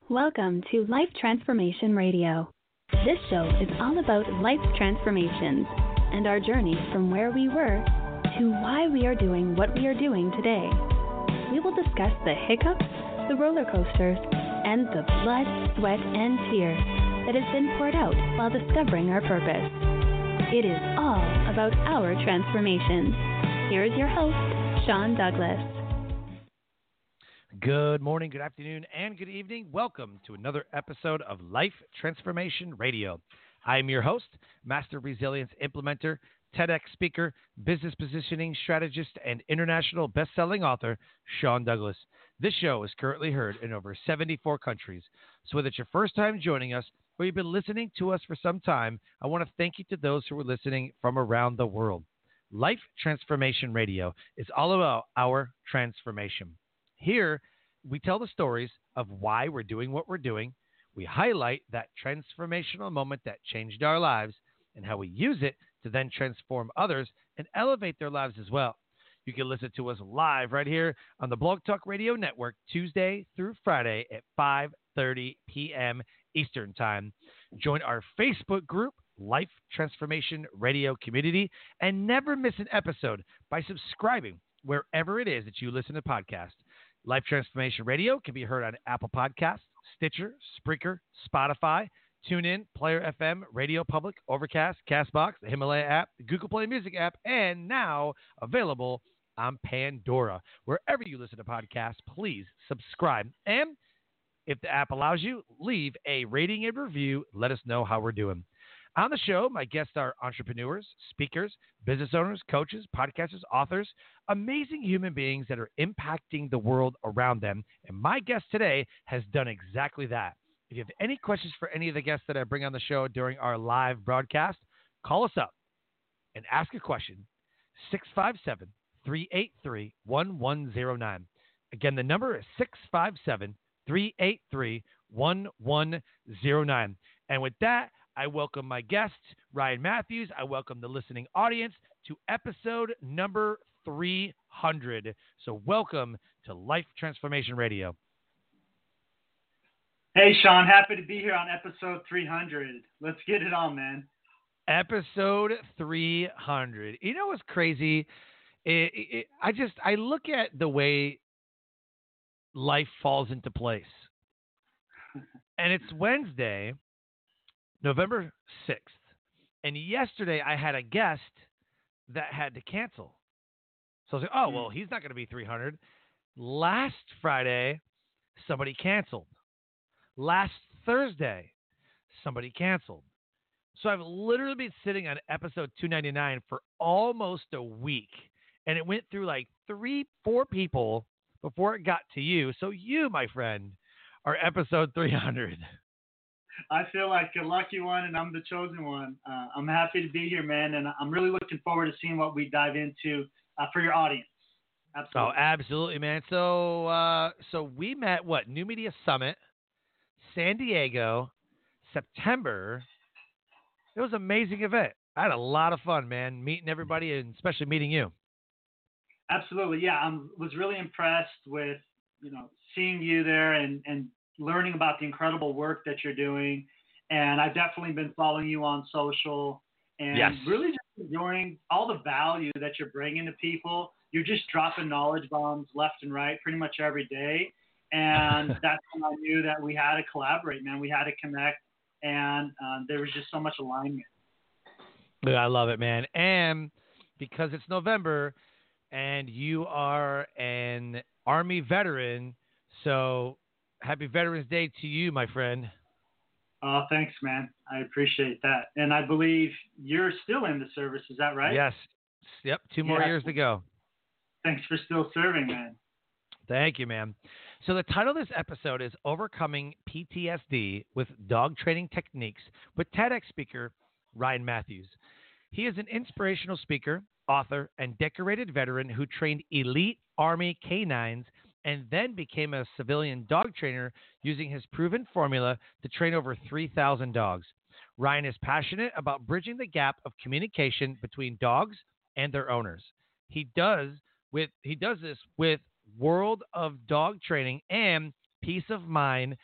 Welcome to Life Transformation Radio. This show is all about life transformations and our journey from where we were to why we are doing what we are doing today. We will discuss the hiccups, the roller coasters, and the blood, sweat, and tears that has been poured out while discovering our purpose. It is all about our transformations. Here is your host, Sean Douglas. Good morning, good afternoon, and good evening. Welcome to another episode of Life Transformation Radio. I am your host, Master Resilience Implementer, TEDx speaker, business positioning strategist, and international best-selling author, Sean Douglas. This show is currently heard in over 74 countries. So whether it's your first time joining us or you've been listening to us for some time, I want to thank you to those who are listening from around the world. Life Transformation Radio is all about our transformation. Here, we tell the stories of why we're doing what we're doing. We highlight that transformational moment that changed our lives and how we use it to then transform others and elevate their lives as well. You can listen to us live right here on the Blog Talk Radio Network, Tuesday through Friday at 5:30 p.m. Eastern Time. Join our Facebook group, Life Transformation Radio Community, and never miss an episode by subscribing wherever it is that you listen to podcasts. Life Transformation Radio can be heard on Apple Podcasts, Stitcher, Spreaker, Spotify, TuneIn, Player FM, Radio Public, Overcast, CastBox, the Himalaya app, the Google Play Music app, and now available on Pandora. Wherever you listen to podcasts, please subscribe. And if the app allows you, leave a rating and review. Let us know how we're doing. On the show, my guests are entrepreneurs, speakers, business owners, coaches, podcasters, authors, amazing human beings that are impacting the world around them. And my guest today has done exactly that. If you have any questions for any of the guests that I bring on the show during our live broadcast, call us up and ask a question, 657-383-1109. Again, the number is 657-383-1109. And with that, I welcome my guest, Ryan Matthews. I welcome the listening audience to episode number 300. So welcome to Life Transformation Radio. Hey, Sean. Happy to be here on episode 300. Let's get it on, man. Episode 300. You know what's crazy? I look at the way life falls into place. And it's Wednesday, November 6th, and yesterday I had a guest that had to cancel. So I was like, oh, well, he's not going to be 300. Last Friday, somebody canceled. Last Thursday, somebody canceled. So I've literally been sitting on episode 299 for almost a week, and it went through like 3-4 people before it got to you. So you, my friend, are episode 300. I feel like a lucky one, and I'm the chosen one. I'm happy to be here, man, and I'm really looking forward to seeing what we dive into for your audience. Absolutely. Oh, absolutely, man. So we met, New Media Summit, San Diego, September. It was an amazing event. I had a lot of fun, man, meeting everybody and especially meeting you. Absolutely, yeah. I was really impressed with, seeing you there and learning about the incredible work that you're doing. And I've definitely been following you on social and really just enjoying all the value that you're bringing to people. You're just dropping knowledge bombs left and right pretty much every day. And that's when I knew that we had to collaborate, man. We had to connect, and there was just so much alignment. I love it, man. And because it's November and you are an Army veteran, so happy Veterans Day to you, my friend. Oh, thanks, man. I appreciate that. And I believe you're still in the service. Is that right? Yes. Yep. 2 more years to go. Thanks for still serving, man. Thank you, man. So the title of this episode is Overcoming PTSD with Dog Training Techniques with TEDx speaker Ryan Matthews. He is an inspirational speaker, author, and decorated veteran who trained elite Army canines and then became a civilian dog trainer using his proven formula to train over 3,000 dogs. Ryan is passionate about bridging the gap of communication between dogs and their owners. He does this with World of Dog Training and Peace of Mind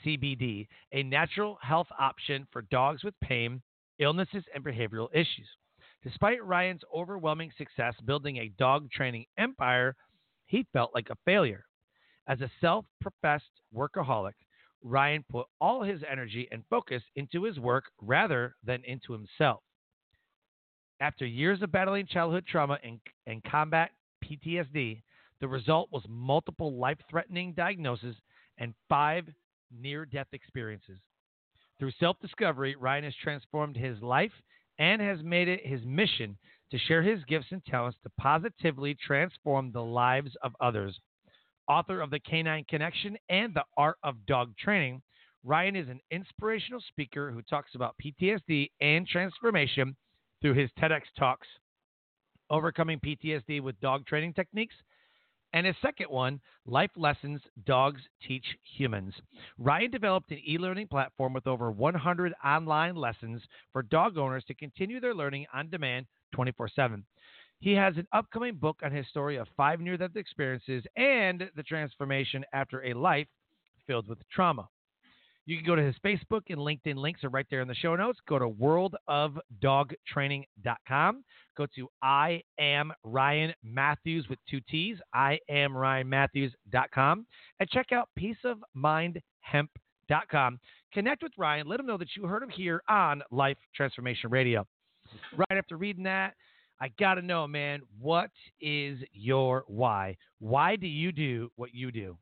CBD, a natural health option for dogs with pain, illnesses, and behavioral issues. Despite Ryan's overwhelming success building a dog training empire, he felt like a failure. As a self professed workaholic, Ryan put all his energy and focus into his work rather than into himself. After years of battling childhood trauma and combat PTSD, the result was multiple life threatening diagnoses and 5 near death experiences. Through self discovery, Ryan has transformed his life and has made it his mission to share his gifts and talents to positively transform the lives of others. Author of The Canine Connection and The Art of Dog Training, Ryan is an inspirational speaker who talks about PTSD and transformation through his TEDx talks, Overcoming PTSD with Dog Training Techniques, and his second one, Life Lessons Dogs Teach Humans. Ryan developed an e-learning platform with over 100 online lessons for dog owners to continue their learning on demand 24/7. He has an upcoming book on his story of 5 near-death experiences and the transformation after a life filled with trauma. You can go to his Facebook and LinkedIn links are right there in the show notes. Go to worldofdogtraining.com. Go to I am Ryan Matthews with 2 T's, IamRyanMatthews.com, and check out peaceofmindhemp.com. Connect with Ryan. Let him know that you heard him here on Life Transformation Radio. Right after reading that, I got to know, man, what is your why? Why do you do what you do?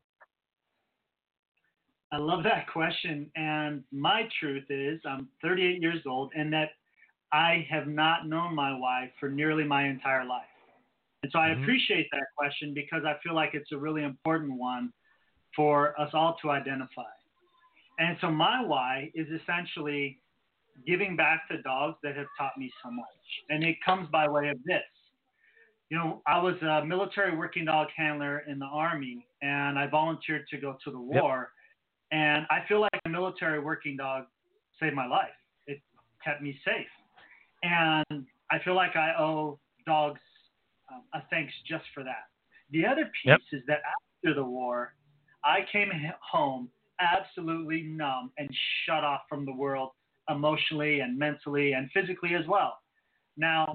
I love that question. And my truth is I'm 38 years old and that I have not known my why for nearly my entire life. And so I appreciate that question because I feel like it's a really important one for us all to identify. And so my why is essentially giving back to dogs that have taught me so much. And it comes by way of this. You know, I was a military working dog handler in the Army, and I volunteered to go to the war. And I feel like a military working dog saved my life. It kept me safe. And I feel like I owe dogs a thanks just for that. The other piece is that after the war, I came home absolutely numb and shut off from the world emotionally and mentally and physically as well. Now,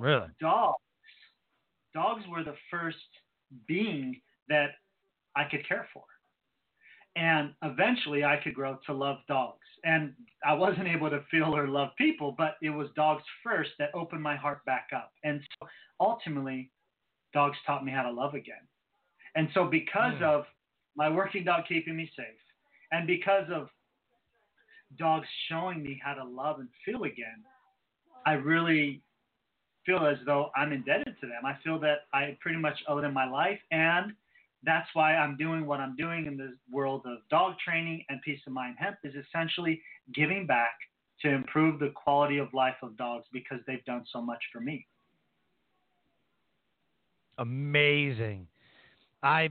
dogs were the first being that I could care for. And eventually I could grow to love dogs. And I wasn't able to feel or love people, but it was dogs first that opened my heart back up. And so ultimately, dogs taught me how to love again. And so because of my working dog keeping me safe, and because of dogs showing me how to love and feel again, I really feel as though I'm indebted to them. I feel that I pretty much owe them my life, and that's why I'm doing what I'm doing in the world of dog training and Peace of Mind Hemp is essentially giving back to improve the quality of life of dogs because they've done so much for me. Amazing. I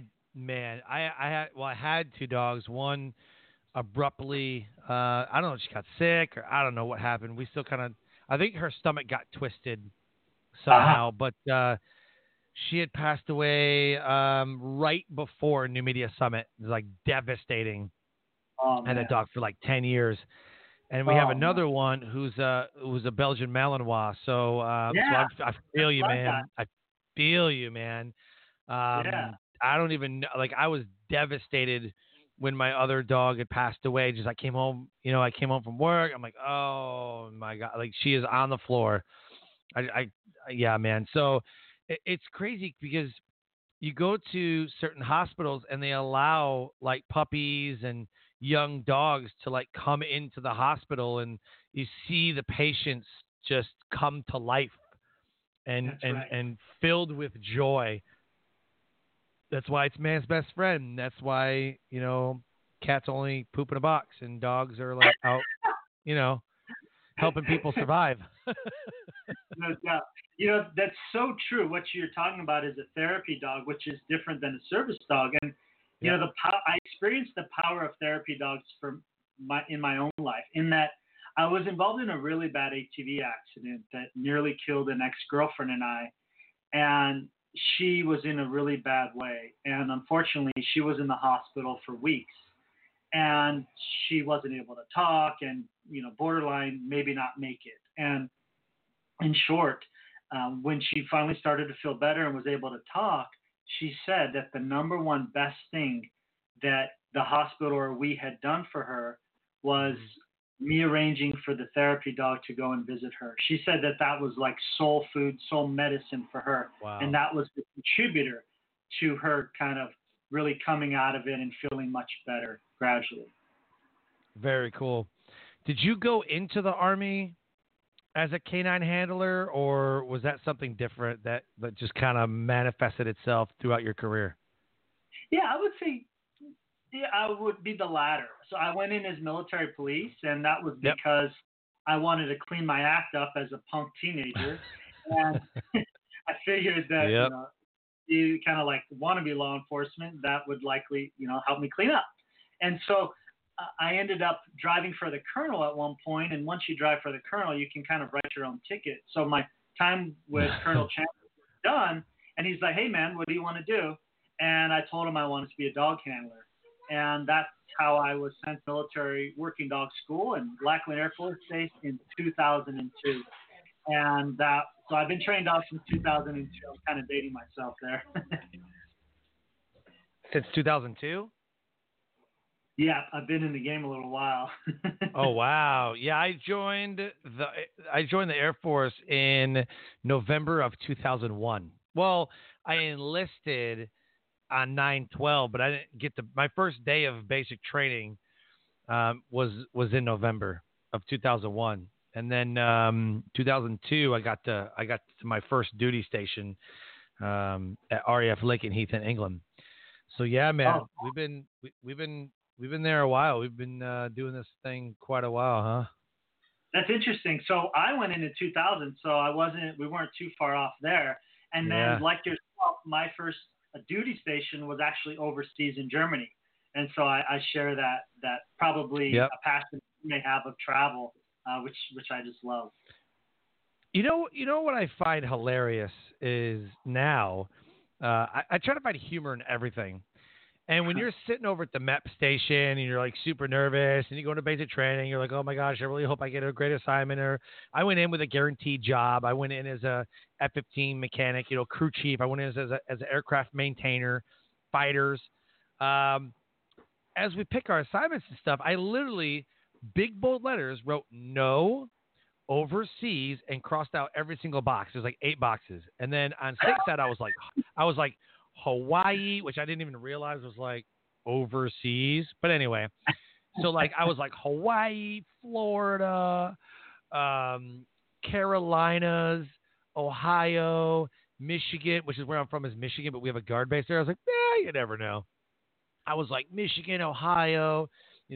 had 2 dogs. One abruptly, I don't know if she got sick or I don't know what happened. We still I think her stomach got twisted somehow, but she had passed away right before New Media Summit. It was like devastating. I had that dog for like 10 years. And we have another one who's a Belgian Malinois. So, so I feel you, man. I feel you, man. I don't even know. Like, I was devastated when my other dog had passed away. Just I came home from work. I'm like, oh my God. Like, she is on the floor. Yeah, man. So it's crazy because you go to certain hospitals and they allow like puppies and young dogs to like come into the hospital, and you see the patients just come to life and filled with joy. That's why it's man's best friend. That's why, cats only poop in a box and dogs are like out, helping people survive. No doubt. That's so true. What you're talking about is a therapy dog, which is different than a service dog. And, I experienced the power of therapy dogs in my own life, in that I was involved in a really bad ATV accident that nearly killed an ex-girlfriend and I. And she was in a really bad way. And unfortunately, she was in the hospital for weeks. and she wasn't able to talk, and borderline maybe not make it. And in short, when she finally started to feel better and was able to talk, she said that the number one best thing that the hospital or we had done for her was me arranging for the therapy dog to go and visit her. She said that that was like soul food, soul medicine for her. Wow. And that was the contributor to her kind of really coming out of it and feeling much better gradually. Very cool. Did you go into the Army as a canine handler, or was that something different that just kind of manifested itself throughout your career? Yeah, I would say I would be the latter. So I went in as military police, and that was because I wanted to clean my act up as a punk teenager. And I figured that you kind of like want to be law enforcement, that would likely help me clean up. And so I ended up driving for the colonel at one point, and once you drive for the colonel, you can kind of write your own ticket. So my time with Colonel Chandler was done, and he's like, "Hey man, what do you want to do?" And I told him I wanted to be a dog handler, and that's how I was sent to military working dog school in Lackland Air Force Base in 2002. And so I've been trained dogs since 2002. I'm kind of dating myself there. Since 2002? Yeah, I've been in the game a little while. Oh wow! Yeah, I joined the Air Force in November of 2001. Well, I enlisted on 9/12, but I didn't get my first day of basic training was in November of 2001, and then 2002 I got to my first duty station at RAF Lincoln Heath in England. So yeah, man, we've been there a while. We've been doing this thing quite a while, huh? That's interesting. So I went in 2000, so we weren't too far off there. And then, like yourself, my first duty station was actually overseas in Germany, and so I share that probably a passion you may have of travel, which I just love. You know what I find hilarious is now I try to find humor in everything. And when you're sitting over at the MEP station and you're like super nervous and you go into basic training, you're like, oh my gosh, I really hope I get a great assignment. Or I went in with a guaranteed job. I went in as a F-15 mechanic, crew chief. I went in as an aircraft maintainer, fighters. As we pick our assignments and stuff, I literally, big bold letters, wrote no overseas and crossed out every single box. There's like 8 boxes. And then on 6 that I was like Hawaii, which I didn't even realize was like overseas. But anyway, so like I was like Hawaii, Florida, Carolinas, Ohio, Michigan, which is where I'm from, is Michigan, but we have a guard base there. I was like, you never know. I was like Michigan, Ohio,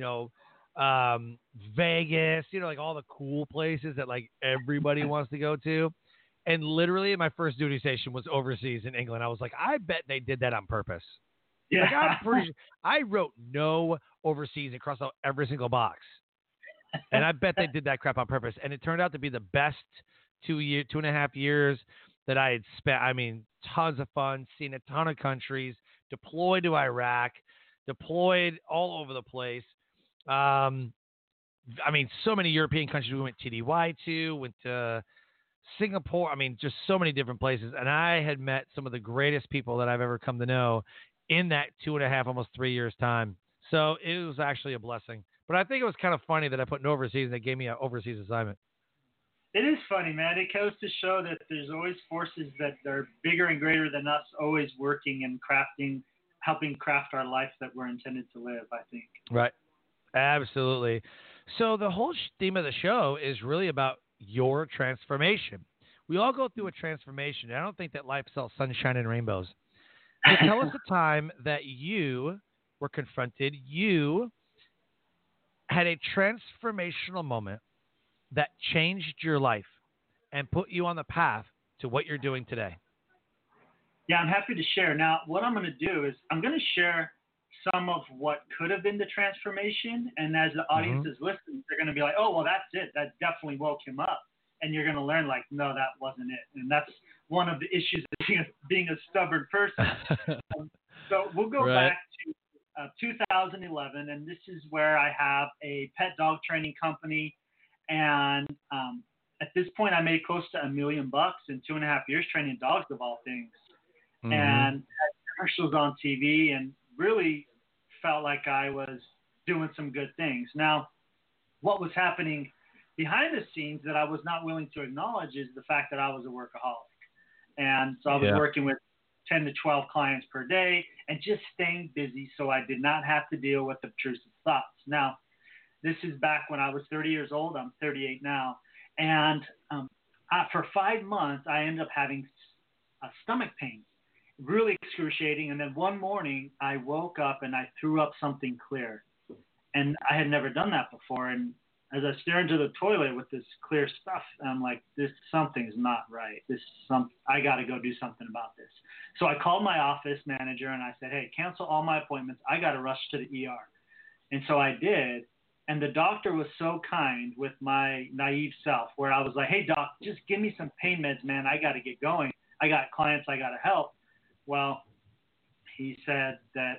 Vegas, like all the cool places that like everybody wants to go to. And literally my first duty station was overseas in England. I was like, I bet they did that on purpose. Yeah. Like, I'm pretty sure I wrote no overseas and crossed out every single box. And I bet they did that crap on purpose. And it turned out to be the best 2.5 years that I had spent. I mean, tons of fun, seen a ton of countries, deployed to Iraq, deployed all over the place. I mean, so many European countries we went TDY to, went to Singapore. I mean, just so many different places. And I had met some of the greatest people that I've ever come to know in that 2.5, almost 3 years time. So it was actually a blessing. But I think it was kind of funny that I put an overseas and they gave me an overseas assignment. It is funny, man. It goes to show that there's always forces that are bigger and greater than us, always working and crafting, helping craft our life that we're intended to live, I think. Right. Absolutely. So the whole theme of the show is really about your transformation. We all go through a transformation. I don't think that life sells sunshine and rainbows. So tell us a time that you were confronted, you had a transformational moment that changed your life and put you on the path to what you're doing today. Yeah, I'm happy to share. Now, what I'm going to do is I'm going to share some of what could have been the transformation. And as the audience is listening, they're going to be like, oh, well, that's it. That definitely woke him up. And you're going to learn like, no, that wasn't it. And that's one of the issues of being a stubborn person. So we'll go back to 2011, and this is where I have a pet dog training company. And at this point, I made close to $1 million in 2.5 years training dogs, of all things, and had commercials on TV, and really felt like I was doing some good things. Now, what was happening behind the scenes that I was not willing to acknowledge is the fact that I was a workaholic. And so I was working with 10 to 12 clients per day and just staying busy so I did not have to deal with obtrusive thoughts. Now, this is back when I was 30 years old. I'm 38 now. And for 5 months, I ended up having stomach pain, really excruciating. And then one morning, I woke up and I threw up something clear. And I had never done that before. And as I stare into the toilet with this clear stuff, I'm like, something's not right. I got to go do something about this. So I called my office manager and I said, hey, cancel all my appointments. I got to rush to the ER. And so I did. And the doctor was so kind with my naive self, where I was like, hey, doc, just give me some pain meds, man. I got to get going. I got clients I got to help. Well, he said,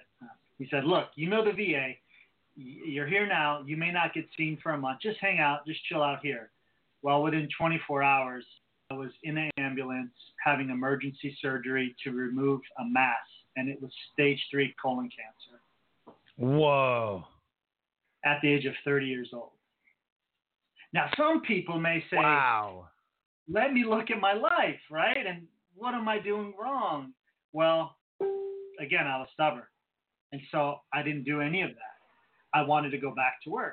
look, you know the VA. You're here now. You may not get seen for a month. Just hang out. Just chill out here. Well, within 24 hours, I was in an ambulance having emergency surgery to remove a mass, and it was stage 3 colon cancer. Whoa. At the age of 30 years old. Now, some people may say, wow, let me look at my life, right? And what am I doing wrong? Well, again, I was stubborn. And so I didn't do any of that. I wanted to go back to work.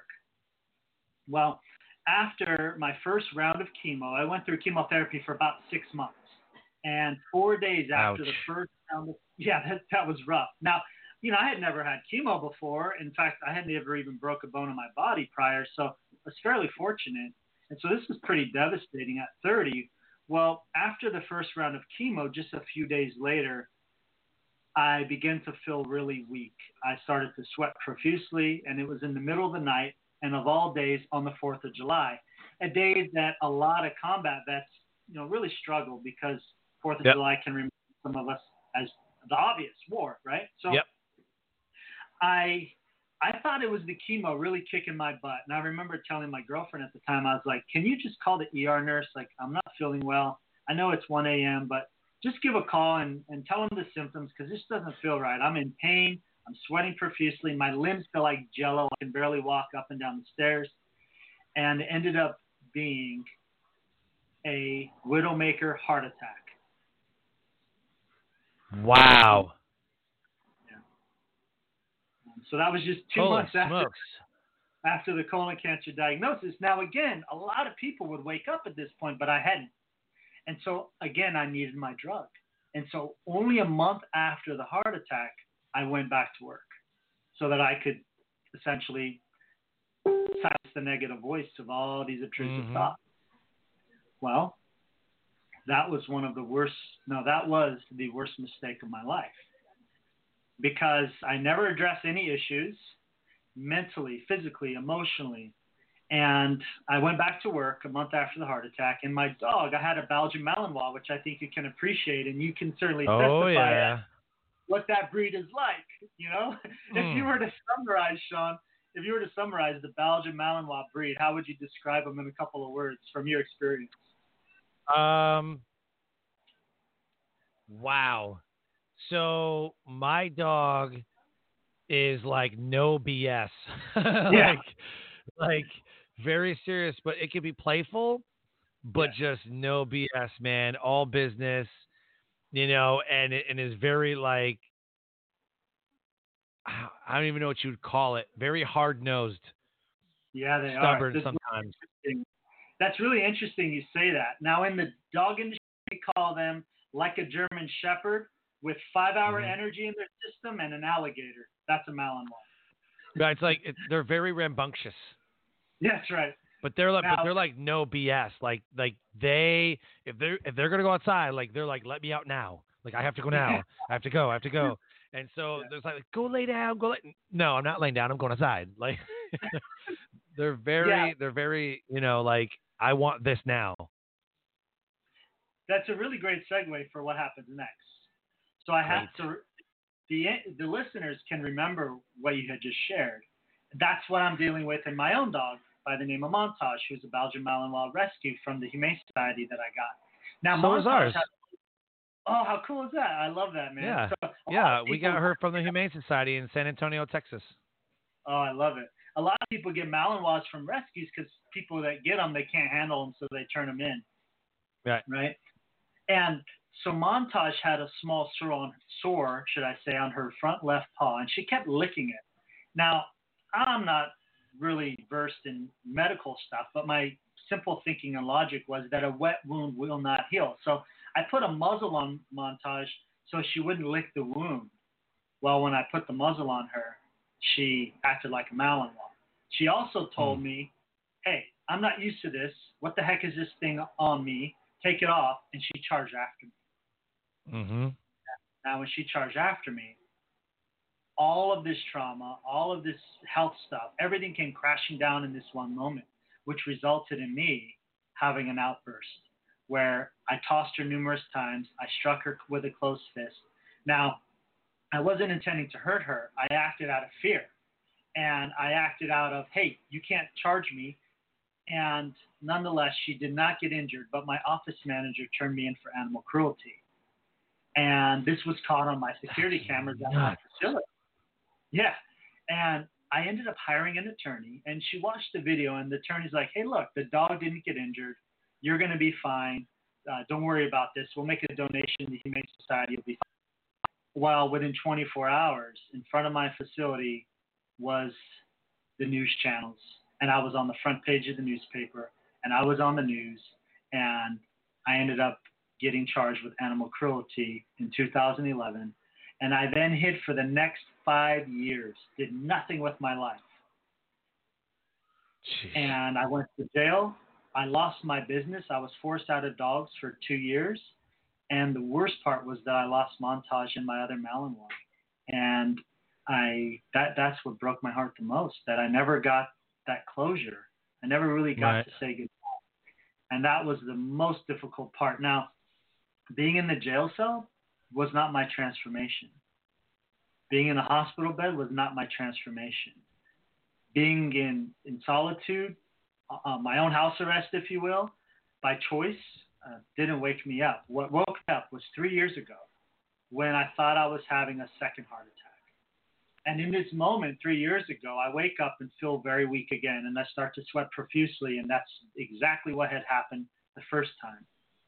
Well, after my first round of chemo, I went through chemotherapy for about 6 months. And 4 days after the first round of, that was rough. Now, I had never had chemo before. In fact, I hadn't ever even broke a bone in my body prior. So I was fairly fortunate. And so this was pretty devastating at 30. Well, after the first round of chemo, just a few days later, I began to feel really weak. I started to sweat profusely, and it was in the middle of the night, and of all days, on the 4th of July, a day that a lot of combat vets, really struggle, because 4th of July can remind some of us as the obvious war, right? So I thought it was the chemo really kicking my butt. And I remember telling my girlfriend at the time, I was like, can you just call the ER nurse? Like, I'm not feeling well. I know it's 1 a.m., but just give a call and tell them the symptoms, because this doesn't feel right. I'm in pain. I'm sweating profusely. My limbs feel like jello. I can barely walk up and down the stairs. And it ended up being a widowmaker heart attack. Wow. So that was just 2 months after the colon cancer diagnosis. Now, again, a lot of people would wake up at this point, but I hadn't. And so, again, I needed my drug. And so only a month after the heart attack, I went back to work so that I could essentially silence the negative voice of all these intrusive thoughts. Well, that was the worst mistake of my life, because I never addressed any issues mentally, physically, emotionally. And I went back to work a month after the heart attack, and my dog, I had a Belgian Malinois, which I think you can appreciate, and you can certainly testify what that breed is like, If you were to summarize, Sean, the Belgian Malinois breed, how would you describe them in a couple of words from your experience? Wow. So my dog is like no BS. like very serious, but it can be playful, but just no BS, man. All business, and is very like, I don't even know what you would call it. Very hard-nosed. Yeah, they stubborn are. Sometimes. That's really interesting you say that. Now, in the dog industry, we call them like a German Shepherd with 5-hour energy in their system and an alligator. That's a Malinois. Yeah, they're very rambunctious. Yeah, that's right. But they're like no BS. Like if they're gonna go outside, like they're like, let me out now. Like I have to go now. I have to go. And so there's like, go lay down. No, I'm not laying down. I'm going outside. Like they're very like, I want this now. That's a really great segue for what happens next. So I have to the listeners can remember what you had just shared. That's what I'm dealing with in my own dog by the name of Montage, who's a Belgian Malinois rescue from the Humane Society that I got. Now, So is ours. Oh, how cool is that? I love that, man. Yeah, So, yeah, we got her from the Humane Society in San Antonio, Texas. Oh, I love it. A lot of people get Malinois from rescues because people that get them, they can't handle them, so they turn them in. Right. Right? And so Montage had a small sore, should I say, on her front left paw, and she kept licking it. Now, I'm not really versed in medical stuff, but my simple thinking and logic was that a wet wound will not heal. So I put a muzzle on Montage so she wouldn't lick the wound. Well, when I put the muzzle on her, she acted like a Malinois. She also told me, hey, I'm not used to this. What the heck is this thing on me? Take it off. And she charged after me. Mm-hmm. Now, when she charged after me, all of this trauma, all of this health stuff, everything came crashing down in this one moment, which resulted in me having an outburst where I tossed her numerous times. I struck her with a closed fist. Now, I wasn't intending to hurt her. I acted out of fear. And I acted out of, hey, you can't charge me. And nonetheless, she did not get injured, but my office manager turned me in for animal cruelty. And this was caught on my security cameras at my facility. Yeah. And I ended up hiring an attorney, and she watched the video, and the attorney's like, hey, look, the dog didn't get injured. You're going to be fine. Don't worry about this. We'll make a donation to the Humane Society. You'll be fine. Well, within 24 hours, in front of my facility was the news channels. And I was on the front page of the newspaper, and I was on the news, and I ended up getting charged with animal cruelty in 2011. And I then hid for the next 5 years, did nothing with my life. Jeez. And I went to jail. I lost my business. I was forced out of dogs for 2 years. And the worst part was that I lost Montage and my other Malinois. And that's what broke my heart the most, that I never got that closure. I never really got to say goodbye. And that was the most difficult part. Now, being in the jail cell was not my transformation. Being in a hospital bed was not my transformation. Being in solitude, my own house arrest, if you will, by choice, didn't wake me up. What woke me up was 3 years ago when I thought I was having a second heart attack. And in this moment, 3 years ago, I wake up and feel very weak again, and I start to sweat profusely, and that's exactly what had happened the first time.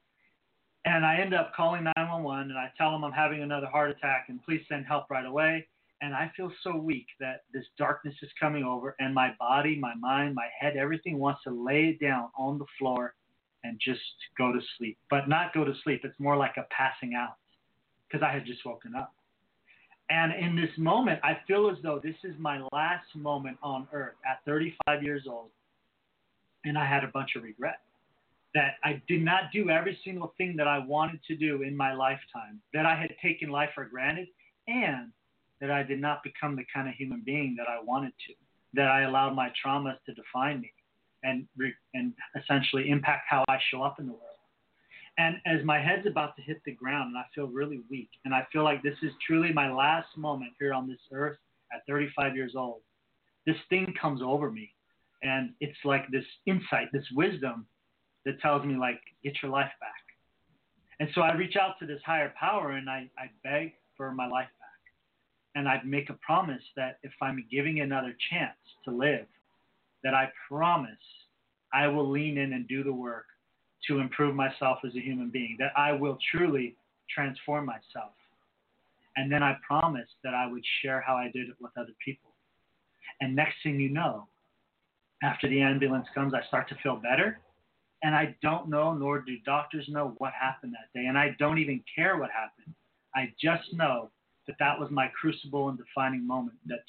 And I end up calling 911, and I tell them I'm having another heart attack, and please send help right away. And I feel so weak that this darkness is coming over, and my body, my mind, my head, everything wants to lay down on the floor and just go to sleep. But not go to sleep. It's more like a passing out because I had just woken up. And in this moment, I feel as though this is my last moment on earth at 35 years old. And I had a bunch of regret that I did not do every single thing that I wanted to do in my lifetime, that I had taken life for granted, and that I did not become the kind of human being that I wanted to, that I allowed my traumas to define me and essentially impact how I show up in the world. And as my head's about to hit the ground and I feel really weak, and I feel like this is truly my last moment here on this earth at 35 years old, this thing comes over me. And it's like this insight, this wisdom that tells me, like, get your life back. And so I reach out to this higher power and I beg for my life back. And I make a promise that if I'm giving another chance to live, that I promise I will lean in and do the work to improve myself as a human being, that I will truly transform myself. And then I promised that I would share how I did it with other people. And next thing you know, after the ambulance comes, I start to feel better. And I don't know, nor do doctors know what happened that day. And I don't even care what happened. I just know that that was my crucible and defining moment that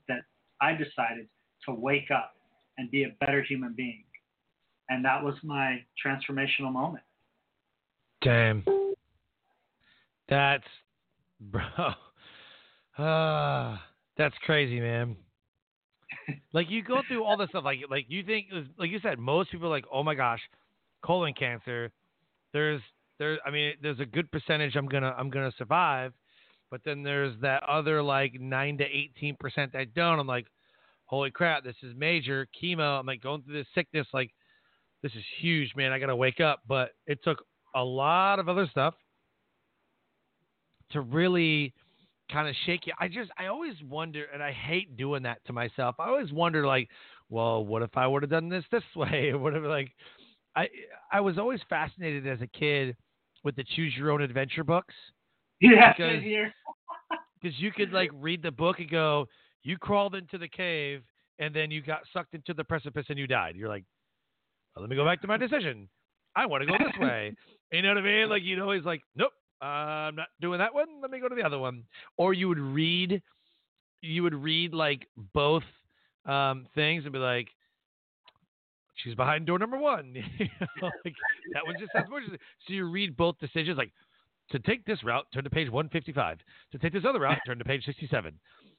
I decided to wake up and be a better human being. And that was my transformational moment. Damn. That's, bro. That's crazy, man. Like, you go through all this stuff. Like you think, like you said, most people are like, oh my gosh, colon cancer. There's a good percentage I'm gonna survive. But then there's that other like 9 to 18% that don't. I'm like, holy crap, this is major chemo. I'm like going through this sickness. Like, this is huge, man. I got to wake up. But it took a lot of other stuff to really kind of shake you. I always wonder, and I hate doing that to myself. I always wonder, like, well, what if I would have done this way, or whatever. Like, I was always fascinated as a kid with the Choose Your Own Adventure books. Yeah, because you could like read the book and go, you crawled into the cave and then you got sucked into the precipice and you died. You're like, well, let me go back to my decision. I want to go this way. You know what I mean? Like, you'd always like, nope, I'm not doing that one. Let me go to the other one. Or you would read like both things and be like, she's behind door number 1. Like, that one just sounds more. So you read both decisions, like, to take this route, turn to page 155. To take this other route, turn to page 67.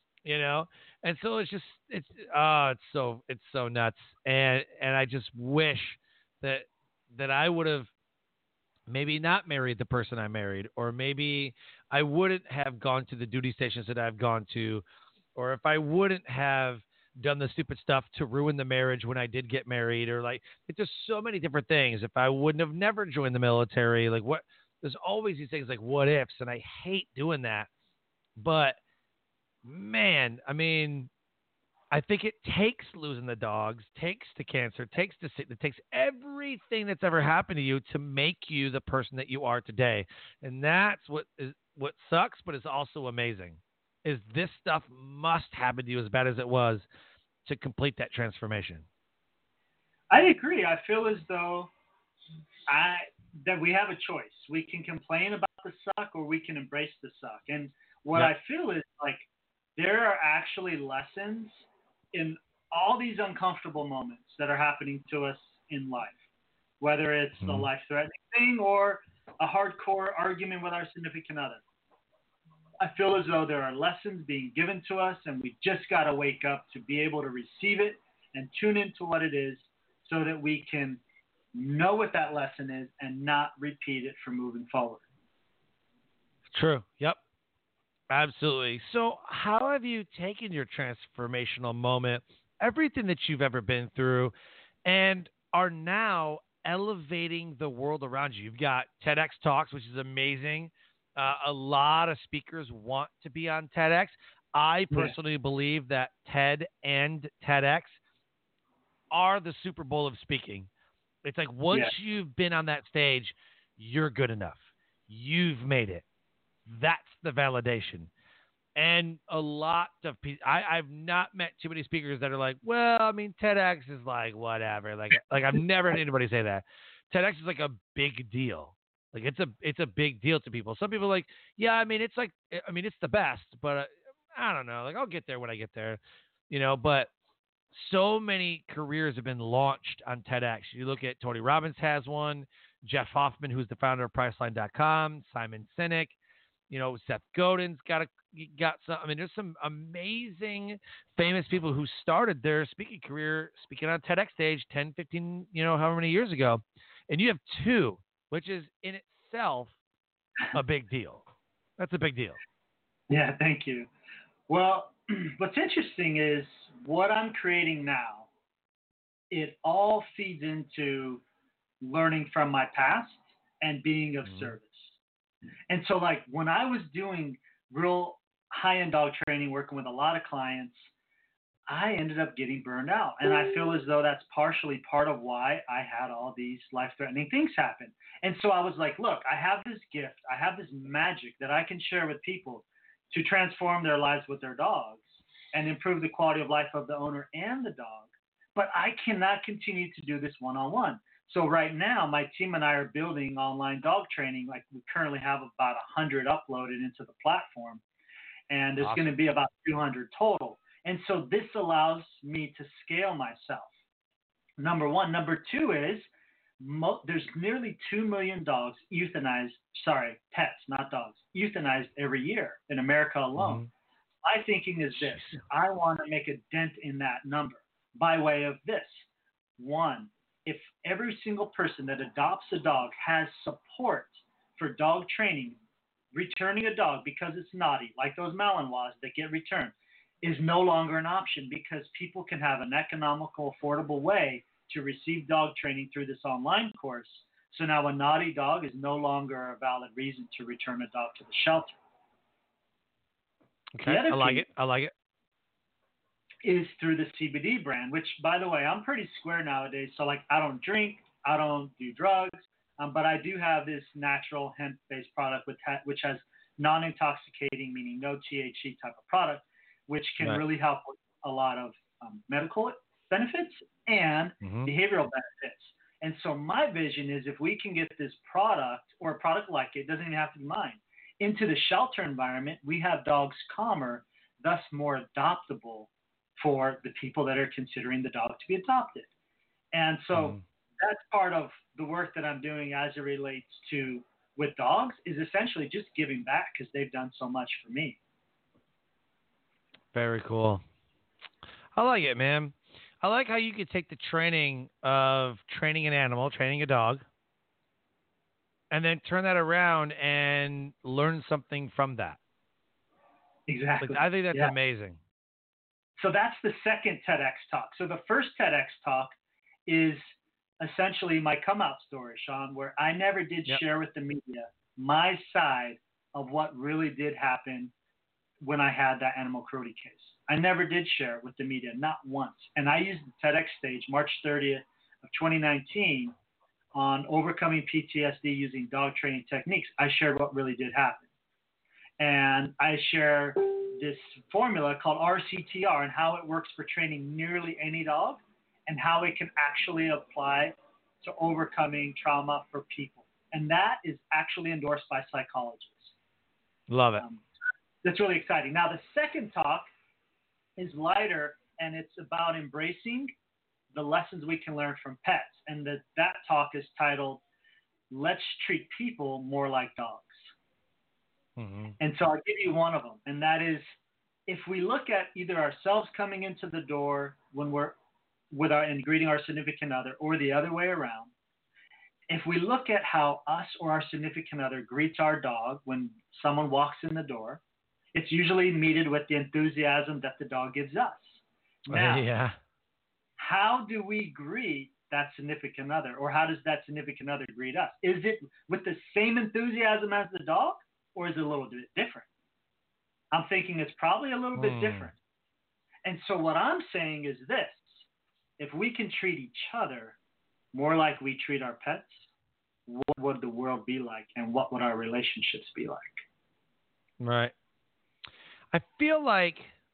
And so it's so nuts. And I just wish that I would have maybe not married the person I married, or maybe I wouldn't have gone to the duty stations that I've gone to, or if I wouldn't have done the stupid stuff to ruin the marriage when I did get married, or like, it's just so many different things. If I wouldn't have never joined the military, like what? There's always these things like what ifs, and I hate doing that. But man, I mean, I think it takes losing the dogs, takes the cancer, takes the sickness, takes everything that's ever happened to you to make you the person that you are today. And that's what sucks, but it's also amazing. Is this stuff must happen to you as bad as it was to complete that transformation. I agree. I feel as though that we have a choice. We can complain about the suck, or we can embrace the suck. And what I feel is like there are actually lessons in all these uncomfortable moments that are happening to us in life, whether it's a life-threatening thing or a hardcore argument with our significant other. I feel as though there are lessons being given to us, and we just got to wake up to be able to receive it and tune into what it is so that we can know what that lesson is and not repeat it for moving forward. True. Yep. Absolutely. So how have you taken your transformational moment, everything that you've ever been through, and are now elevating the world around you? You've got TEDx Talks, which is amazing. A lot of speakers want to be on TEDx. I personally believe that TED and TEDx are the Super Bowl of speaking. It's like once you've been on that stage, you're good enough. You've made it. That's the validation. And a lot of people, I've not met too many speakers that are like, well, I mean, TEDx is like whatever. Like I've never heard anybody say that. TEDx is like a big deal. Like it's a big deal to people. Some people are like, yeah, I mean, it's the best, but I don't know. Like I'll get there when I get there, but so many careers have been launched on TEDx. You look at Tony Robbins has one, Jeff Hoffman, who's the founder of Priceline.com, Simon Sinek, Seth Godin's got some. I mean, there's some amazing, famous people who started their speaking career speaking on TEDx stage 10, 15, however many years ago. And you have two, which is in itself a big deal. That's a big deal. Yeah, thank you. Well, what's interesting is what I'm creating now, it all feeds into learning from my past and being of service. And so like when I was doing real high-end dog training, working with a lot of clients, I ended up getting burned out. And I feel as though that's partially part of why I had all these life-threatening things happen. And so I was like, look, I have this gift. I have this magic that I can share with people to transform their lives with their dogs and improve the quality of life of the owner and the dog. But I cannot continue to do this one-on-one. So right now, my team and I are building online dog training. Like we currently have about 100 uploaded into the platform. And there's going to be about 200 total. And so this allows me to scale myself. Number one. Number two is there's nearly 2 million dogs euthanized, pets, not dogs, euthanized every year in America alone. My thinking is this. I want to make a dent in that number by way of this. One, if every single person that adopts a dog has support for dog training, returning a dog because it's naughty, like those Malinois that get returned, is no longer an option because people can have an economical, affordable way to receive dog training through this online course. So now a naughty dog is no longer a valid reason to return a dog to the shelter. Okay, I like it. I like it. Is through the CBD brand, which, by the way, I'm pretty square nowadays. So, like, I don't drink, I don't do drugs, but I do have this natural hemp-based product which has non-intoxicating, meaning no THC type of product, which can really help with a lot of medical benefits and behavioral benefits. And so my vision is if we can get this product or a product like it, doesn't even have to be mine, into the shelter environment, we have dogs calmer, thus more adoptable for the people that are considering the dog to be adopted. And so that's part of the work that I'm doing as it relates to with dogs is essentially just giving back because they've done so much for me. Very cool. I like it, man. I like how you could take the training of training an animal, training a dog, and then turn that around and learn something from that. Exactly. Like, I think that's amazing. So that's the second TEDx talk. So the first TEDx talk is essentially my come out story, Sean, where I never did share with the media my side of what really did happen when I had that animal cruelty case. I never did share it with the media, not once. And I used the TEDx stage March 30th of 2019 on overcoming PTSD using dog training techniques. I shared what really did happen. And I share this formula called RCTR and how it works for training nearly any dog and how it can actually apply to overcoming trauma for people. And that is actually endorsed by psychologists. Love it. That's really exciting. Now, the second talk is lighter, and it's about embracing the lessons we can learn from pets. And that talk is titled, Let's Treat People More Like Dogs. And so I'll give you one of them, and that is if we look at either ourselves coming into the door when we're and greeting our significant other or the other way around, if we look at how us or our significant other greets our dog when someone walks in the door, it's usually meted with the enthusiasm that the dog gives us. Now, how do we greet that significant other, or how does that significant other greet us? Is it with the same enthusiasm as the dog, or is it a little bit different? I'm thinking it's probably a little bit different. And so what I'm saying is this. If we can treat each other more like we treat our pets, what would the world be like, and what would our relationships be like? Right. I feel like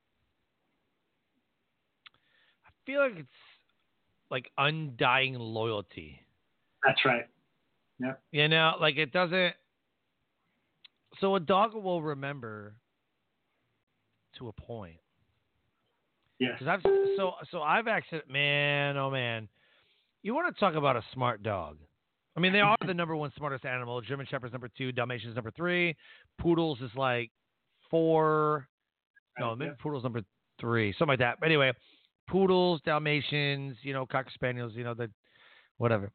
it's like undying loyalty. That's right. Yep. You know, like it doesn't. So a dog will remember to a point. Yes. I've actually, man, oh man, you want to talk about a smart dog? I mean, they are the number one smartest animal. German Shepherd's number 2, Dalmatian's number 3, Poodles is like 4. No, maybe Poodles number 3, something like that. But anyway, Poodles, Dalmatians, Cocker Spaniels, the whatever.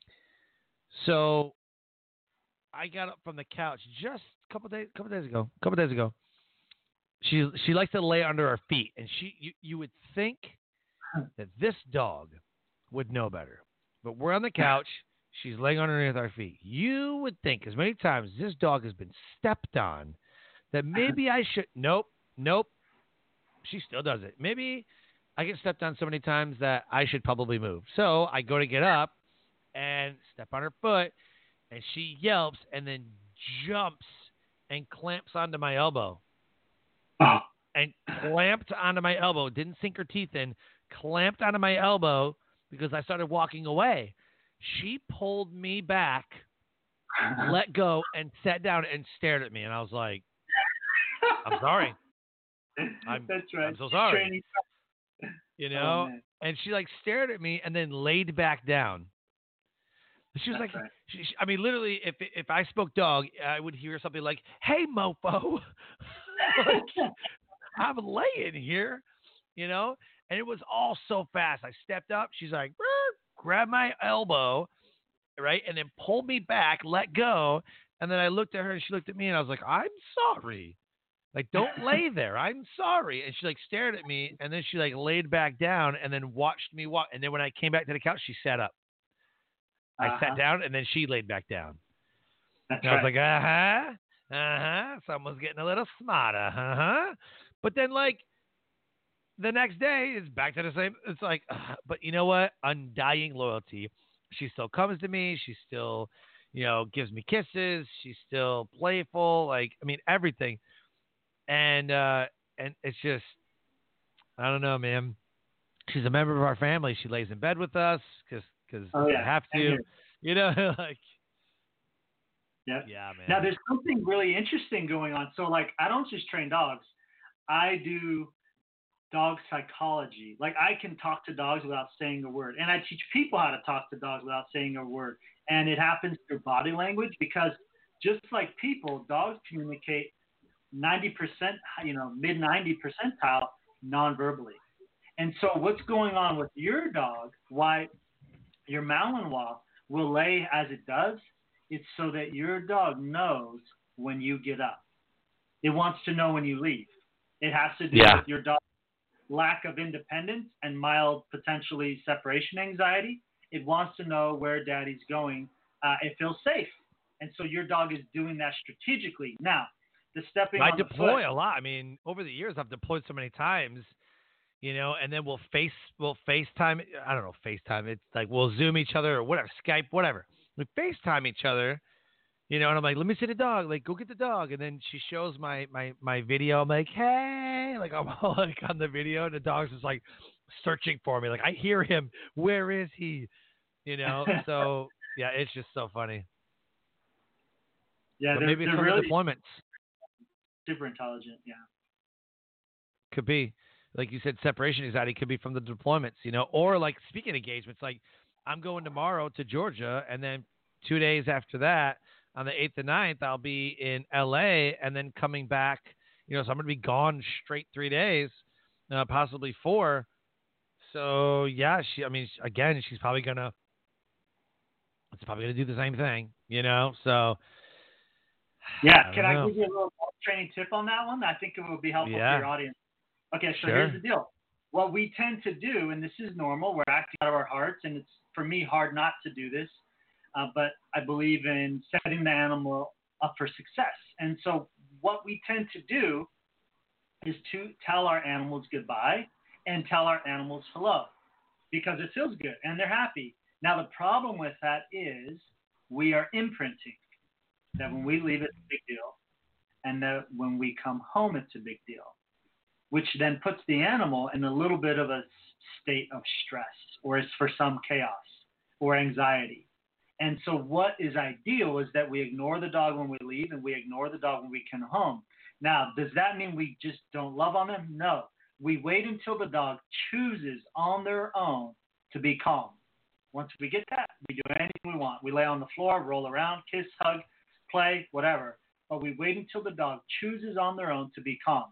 So I got up from the couch just a couple days ago. She likes to lay under our feet, and you would think that this dog would know better. But we're on the couch. She's laying underneath our feet. You would think as many times this dog has been stepped on that maybe I should. Nope. She still does it. Maybe I get stepped on so many times that I should probably move. So I go to get up and step on her foot, and she yelps and then jumps and clamps onto my elbow. And clamped onto my elbow. Didn't sink her teeth in. Clamped onto my elbow because I started walking away. She pulled me back, let go, and sat down and stared at me. And I was like, I'm sorry. That's right. I'm so sorry. And she like stared at me and then laid back down. She was like, I mean, literally, if I spoke dog, I would hear something like, "Hey, mofo." Like, I'm laying here, and it was all so fast. I stepped up. She's like, grabbed my elbow, right, and then pulled me back, let go, And then I looked at her and she looked at me and I was like, I'm sorry. Like, don't lay there. I'm sorry. And she like stared at me and then she like laid back down and then watched me walk. And then when I came back to the couch, she sat up. I sat down and then she laid back down. That's and I was like, someone's getting a little smarter. But then like the next day it's back to the same. It's like, but you know what? Undying loyalty. She still comes to me. She still, gives me kisses. She's still playful. Like, I mean, everything. And it's just, I don't know, man. She's a member of our family. She lays in bed with us because I have to, like. Yep. Yeah, man. Now there's something really interesting going on. So like, I don't just train dogs. I do dog psychology. Like, I can talk to dogs without saying a word, and I teach people how to talk to dogs without saying a word. And it happens through body language, because just like people, dogs communicate 90%, mid 90 percentile non-verbally. And so what's going on with your dog, why your Malinois will lay as it does, it's so that your dog knows when you get up. It wants to know when you leave. It has to do with your dog's lack of independence and mild, potentially, separation anxiety. It wants to know where daddy's going. It feels safe. And so your dog is doing that strategically. Now, the stepping on the foot. I deploy a lot. I mean, over the years, I've deployed so many times, and then we'll FaceTime. I don't know, FaceTime. It's like we'll Zoom each other or whatever, Skype, whatever. We FaceTime each other, and I'm like, let me see the dog. Like, go get the dog. And then she shows my video. I'm like, hey, like I'm all like on the video, and the dog's just like searching for me. Like, I hear him. Where is he? So yeah, it's just so funny. Yeah, but maybe it's from really the deployments. Super intelligent, yeah. Could be. Like you said, separation anxiety could be from the deployments, or like speaking engagements. Like, I'm going tomorrow to Georgia, and then 2 days after that, on the 8th and 9th, I'll be in LA, and then coming back, so I'm going to be gone straight 3 days, possibly 4. So yeah, she's probably going to do the same thing, so. Yeah. Can I give you a little training tip on that one? I think it will be helpful for your audience. Okay. So Here's the deal. What we tend to do, and this is normal, we're acting out of our hearts, and it's, for me, hard not to do this, but I believe in setting the animal up for success. And so what we tend to do is to tell our animals goodbye and tell our animals hello, because it feels good and they're happy. Now, the problem with that is we are imprinting that when we leave, it's a big deal, and that when we come home, it's a big deal, which then puts the animal in a little bit of a state of stress, or is for some chaos or anxiety. And so what is ideal is that we ignore the dog when we leave, and we ignore the dog when we come home. Now, does that mean we just don't love on them? No. We wait until the dog chooses on their own to be calm. Once we get that, we do anything we want. We lay on the floor, roll around, kiss, hug, play, whatever. But we wait until the dog chooses on their own to be calm.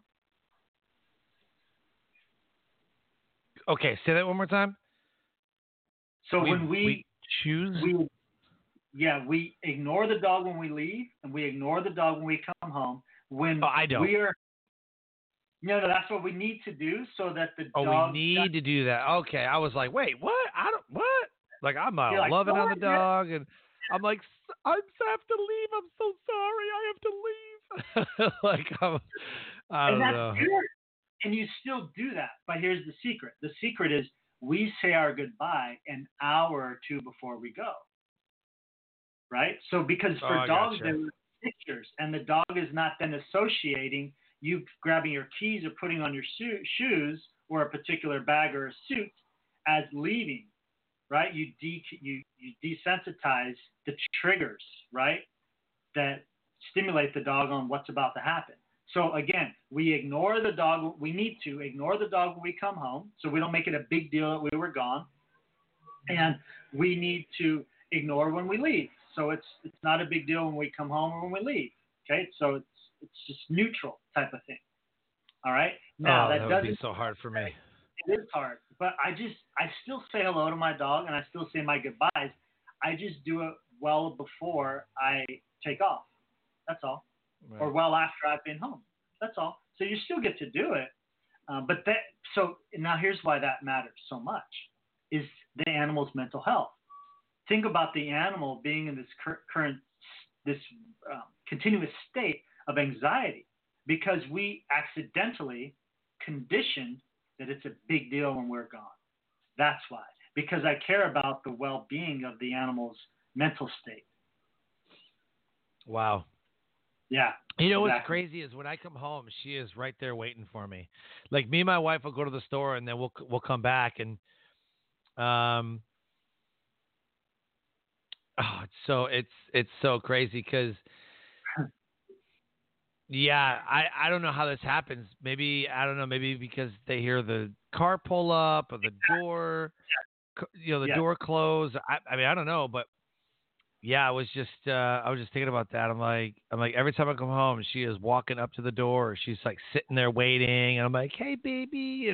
Okay, say that one more time. So when we choose, we ignore the dog when we leave, and we ignore the dog when we come home. When I don't. No, that's what we need to do, so that the dog. Oh, we need to do that. Okay, I was like, wait, what? What? Like, I'm loving on the dog, and I'm like, I have to leave. I'm so sorry. I have to leave. Like, I don't know. Good. And you still do that. But here's the secret. The secret is we say our goodbye an hour or two before we go. Right? So because for dogs, there are pictures, and the dog is not then associating you grabbing your keys or putting on your shoes or a particular bag or a suit as leaving. Right? You desensitize the triggers, right, that stimulate the dog on what's about to happen. So again, we ignore the dog. We need to ignore the dog when we come home, so we don't make it a big deal that we were gone. And we need to ignore when we leave, so it's not a big deal when we come home or when we leave. Okay, so it's just neutral type of thing. All right. Now that would be so hard for me. It is hard, but I still say hello to my dog, and I still say my goodbyes. I just do it well before I take off. That's all. Right. Or well after I've been home. That's all. So you still get to do it. So now here's why that matters so much is the animal's mental health. Think about the animal being in this continuous state of anxiety because we accidentally conditioned that it's a big deal when we're gone. That's why. Because I care about the well-being of the animal's mental state. Wow. Yeah. You know what's crazy is when I come home, she is right there waiting for me. Like me and my wife will go to the store and then we'll come back and it's so crazy because I don't know how this happens. Maybe I don't know. Maybe because they hear the car pull up or the door, door close. I mean I don't know, but. Yeah, I was just thinking about that. I'm like every time I come home, she is walking up to the door. Or she's like sitting there waiting, and I'm like, hey, baby,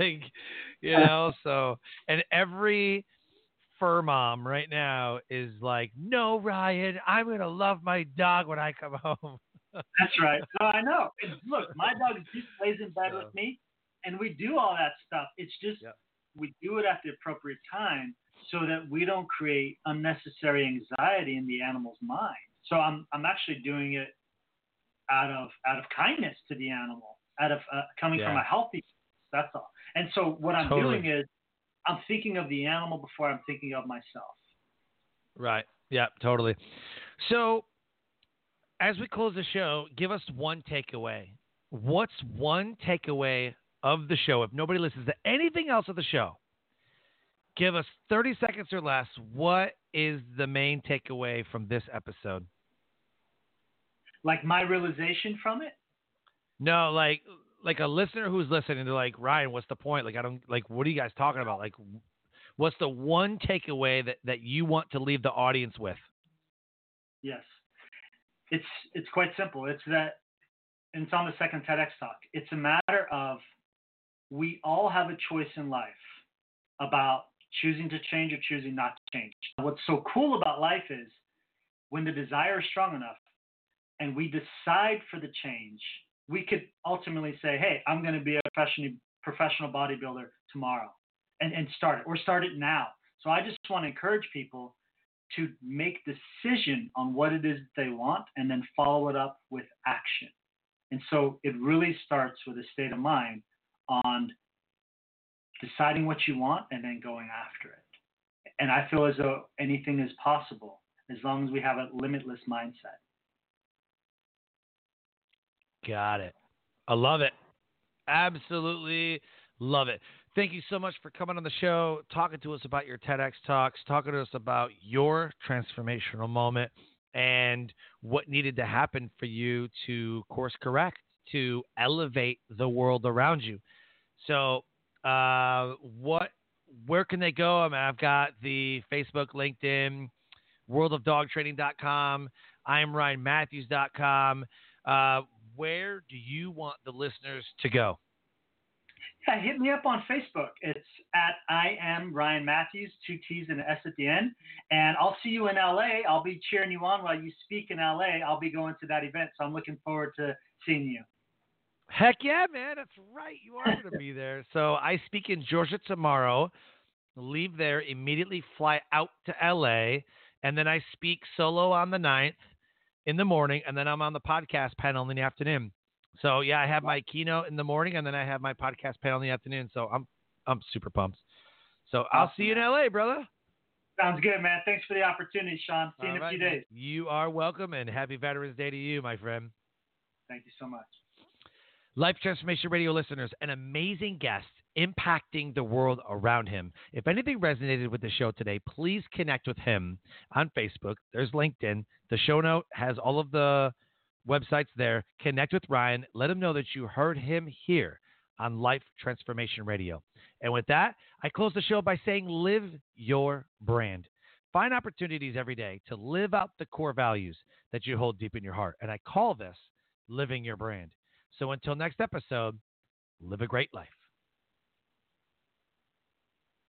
So, and every fur mom right now is like, no, Ryan, I'm gonna love my dog when I come home. That's right. No, I know. And look, my dog just plays in bed with me, and we do all that stuff. It's just we do it at the appropriate time. So that we don't create unnecessary anxiety in the animal's mind. So I'm actually doing it out of kindness to the animal, out of coming from a healthy. That's all. And so what I'm doing is I'm thinking of the animal before I'm thinking of myself. Right. Yeah. Totally. So as we close the show, give us one takeaway. What's one takeaway of the show? If nobody listens to anything else of the show. Give us 30 seconds or less. What is the main takeaway from this episode? Like my realization from it? No, like a listener who's listening, they're like, Ryan, what's the point? Like, what are you guys talking about? Like, what's the one takeaway that you want to leave the audience with? Yes. It's quite simple. It's that, and it's on the second TEDx talk. It's a matter of we all have a choice in life about choosing to change or choosing not to change. What's so cool about life is when the desire is strong enough and we decide for the change, we could ultimately say, hey, I'm going to be a professional bodybuilder tomorrow and start it or start it now. So I just want to encourage people to make decision on what it is that they want and then follow it up with action. And so it really starts with a state of mind on deciding what you want and then going after it. And I feel as though anything is possible as long as we have a limitless mindset. Got it. I love it. Absolutely love it. Thank you so much for coming on the show, talking to us about your TEDx talks, talking to us about your transformational moment and what needed to happen for you to course correct, to elevate the world around you. So, where can they go? I mean, I've got the Facebook, LinkedIn, worldofdogtraining.com, IamRyanMatthews.com. Where do you want the listeners to go? Yeah, hit me up on Facebook. It's at I am Ryan Matthews, 2 T's and an S at the end. And I'll see you in LA. I'll be cheering you on while you speak in LA. I'll be going to that event. So I'm looking forward to seeing you. Heck yeah, man. That's right. You are going to be there. So I speak in Georgia tomorrow, leave there, immediately fly out to LA, and then I speak solo on the 9th in the morning, and then I'm on the podcast panel in the afternoon. So, yeah, I have my keynote in the morning, and then I have my podcast panel in the afternoon. So I'm super pumped. So I'll see you in LA, brother. Sounds good, man. Thanks for the opportunity, Sean. See you in a few days. You are welcome, and happy Veterans Day to you, my friend. Thank you so much. Life Transformation Radio listeners, an amazing guest impacting the world around him. If anything resonated with the show today, please connect with him on Facebook. There's LinkedIn. The show note has all of the websites there. Connect with Ryan. Let him know that you heard him here on Life Transformation Radio. And with that, I close the show by saying live your brand. Find opportunities every day to live out the core values that you hold deep in your heart. And I call this living your brand. So until next episode, live a great life.